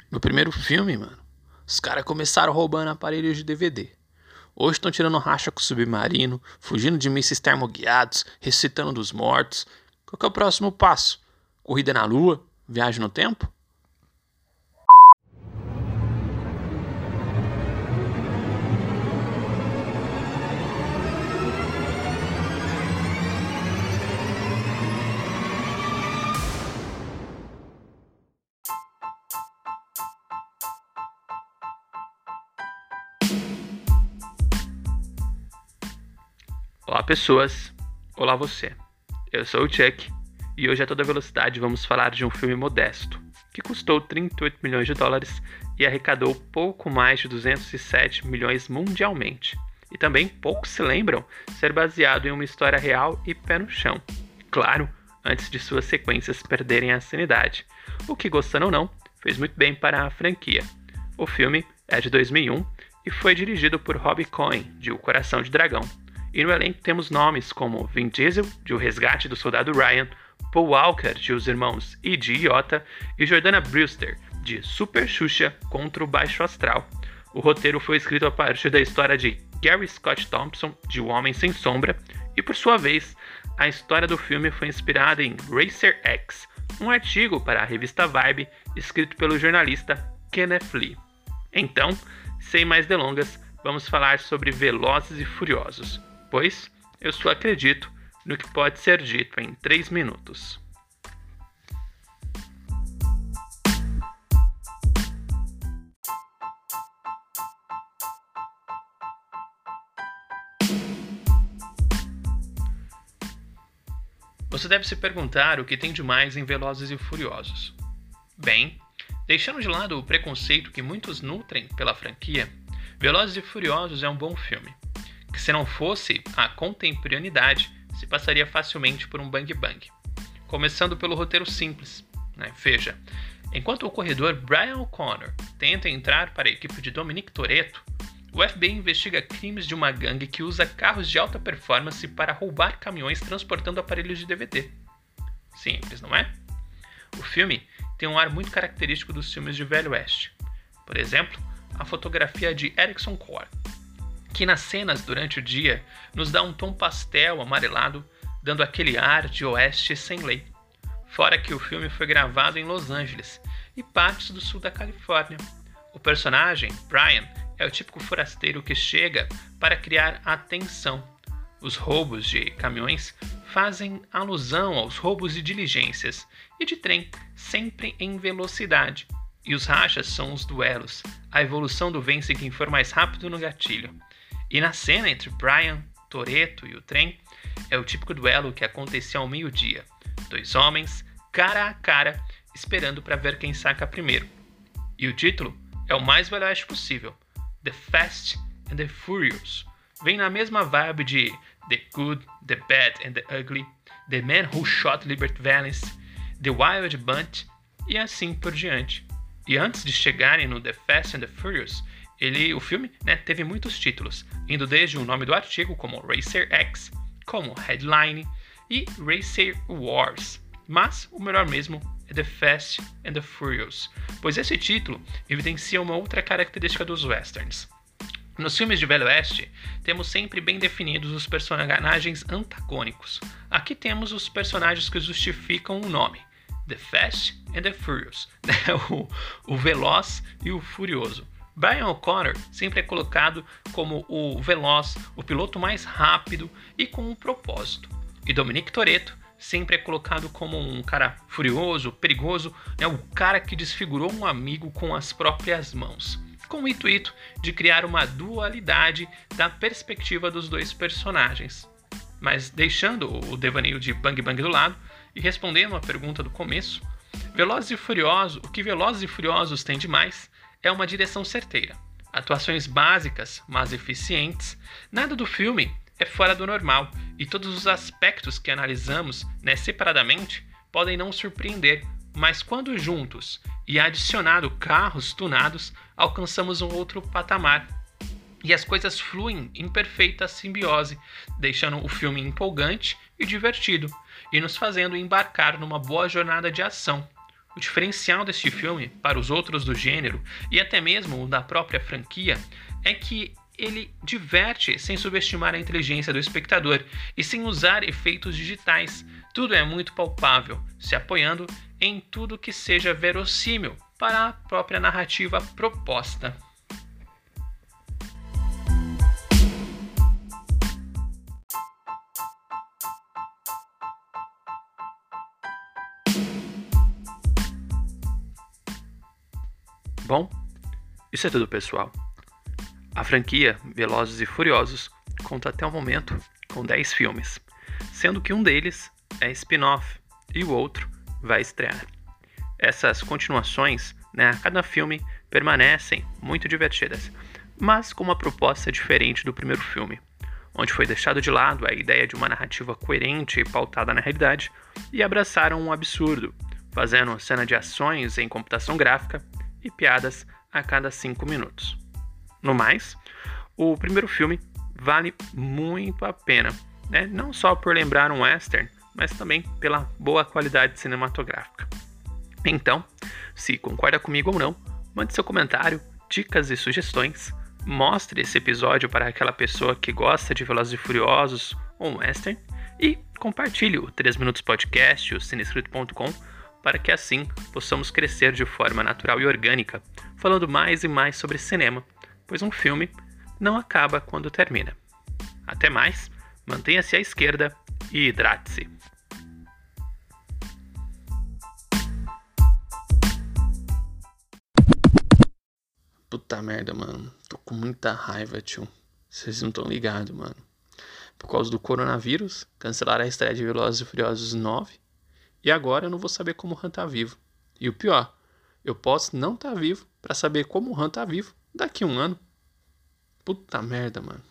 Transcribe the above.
Meu primeiro filme, mano. Os caras começaram roubando aparelhos de DVD. Hoje estão tirando racha com o submarino, fugindo de mísseis termoguiados, ressuscitando dos mortos. Qual que é o próximo passo? Corrida na Lua? Viagem no tempo? Olá, pessoas. Olá, você. Eu sou o Chuck e hoje a toda velocidade vamos falar de um filme modesto que custou 38 milhões de dólares e arrecadou pouco mais de 207 milhões mundialmente. E também poucos se lembram ser baseado em uma história real e pé no chão. Claro, antes de suas sequências perderem a sanidade. O que, gostando ou não, fez muito bem para a franquia. O filme é de 2001 e foi dirigido por Rob Cohen, de O Coração de Dragão. E no elenco temos nomes como Vin Diesel, de O Resgate do Soldado Ryan, Paul Walker, de Os Irmãos Iggy e Iota, e Jordana Brewster, de Super Xuxa contra o Baixo Astral. O roteiro foi escrito a partir da história de Gary Scott Thompson, de O Homem Sem Sombra, e por sua vez, a história do filme foi inspirada em Racer X, um artigo para a revista Vibe, escrito pelo jornalista Kenneth Lee. Então, sem mais delongas, vamos falar sobre Velozes e Furiosos, pois eu só acredito no que pode ser dito em 3 minutos. Você deve se perguntar o que tem de mais em Velozes e Furiosos. Bem, deixando de lado o preconceito que muitos nutrem pela franquia, Velozes e Furiosos é um bom filme, que se não fosse a contemporaneidade, se passaria facilmente por um bang bang. Começando pelo roteiro simples, Veja, enquanto o corredor Brian O'Connor tenta entrar para a equipe de Dominic Toretto, o FBI investiga crimes de uma gangue que usa carros de alta performance para roubar caminhões transportando aparelhos de DVD. Simples, não é? O filme tem um ar muito característico dos filmes de Velho Oeste. Por exemplo, a fotografia de Erickson Core, que nas cenas durante o dia nos dá um tom pastel amarelado, dando aquele ar de oeste sem lei. Fora que o filme foi gravado em Los Angeles e partes do sul da Califórnia. O personagem, Brian, é o típico forasteiro que chega para criar atenção. Os roubos de caminhões fazem alusão aos roubos de diligências e de trem, sempre em velocidade. E os rachas são os duelos, a evolução do vence quem for mais rápido no gatilho. E na cena entre Brian, Toretto e o trem, é o típico duelo que acontecia ao meio-dia. 2 homens, cara a cara, esperando para ver quem saca primeiro. E o título é o mais veloz possível, The Fast and the Furious. Vem na mesma vibe de The Good, The Bad and the Ugly, The Man Who Shot Liberty Valance, The Wild Bunch e assim por diante. E antes de chegarem no The Fast and the Furious, o filme teve muitos títulos, indo desde o nome do artigo, como Racer X, como Headline e Racer Wars. Mas o melhor mesmo é The Fast and the Furious, pois esse título evidencia uma outra característica dos westerns. Nos filmes de Velho Oeste, temos sempre bem definidos os personagens antagônicos. Aqui temos os personagens que justificam o nome, The Fast and the Furious, o veloz e o furioso. Brian O'Connor sempre é colocado como o veloz, o piloto mais rápido e com um propósito. E Dominic Toretto sempre é colocado como um cara furioso, perigoso, o cara que desfigurou um amigo com as próprias mãos, com o intuito de criar uma dualidade da perspectiva dos dois personagens. Mas deixando o devaneio de Bang Bang do lado e respondendo a pergunta do começo, o que Velozes e Furiosos tem de mais é uma direção certeira, atuações básicas, mas eficientes. Nada do filme é fora do normal e todos os aspectos que analisamos separadamente podem não surpreender, mas quando juntos e adicionado carros tunados, alcançamos um outro patamar. E as coisas fluem em perfeita simbiose, deixando o filme empolgante e divertido, e nos fazendo embarcar numa boa jornada de ação. O diferencial deste filme para os outros do gênero, e até mesmo o da própria franquia, é que ele diverte sem subestimar a inteligência do espectador e sem usar efeitos digitais. Tudo é muito palpável, se apoiando em tudo que seja verossímil para a própria narrativa proposta. Bom, isso é tudo, pessoal. A franquia Velozes e Furiosos conta até o momento com 10 filmes, sendo que um deles é spin-off e o outro vai estrear. Essas continuações, a cada filme, permanecem muito divertidas, mas com uma proposta diferente do primeiro filme, onde foi deixado de lado a ideia de uma narrativa coerente e pautada na realidade e abraçaram um absurdo, fazendo cena de ações em computação gráfica e piadas a cada 5 minutos. No mais, o primeiro filme vale muito a pena, não só por lembrar um western, mas também pela boa qualidade cinematográfica. Então, se concorda comigo ou não, mande seu comentário, dicas e sugestões, mostre esse episódio para aquela pessoa que gosta de Velozes e Furiosos ou western e compartilhe o 3 Minutos Podcast, o cinescrito.com, para que assim possamos crescer de forma natural e orgânica, falando mais e mais sobre cinema, pois um filme não acaba quando termina. Até mais, mantenha-se à esquerda e hidrate-se. Puta merda, mano. Tô com muita raiva, tio. Vocês não estão ligados, mano. Por causa do coronavírus, cancelaram a estreia de Velozes e Furiosos 9. E agora eu não vou saber como o Han tá vivo. E o pior, eu posso não tá vivo pra saber como o Han tá vivo daqui a um ano. Puta merda, mano.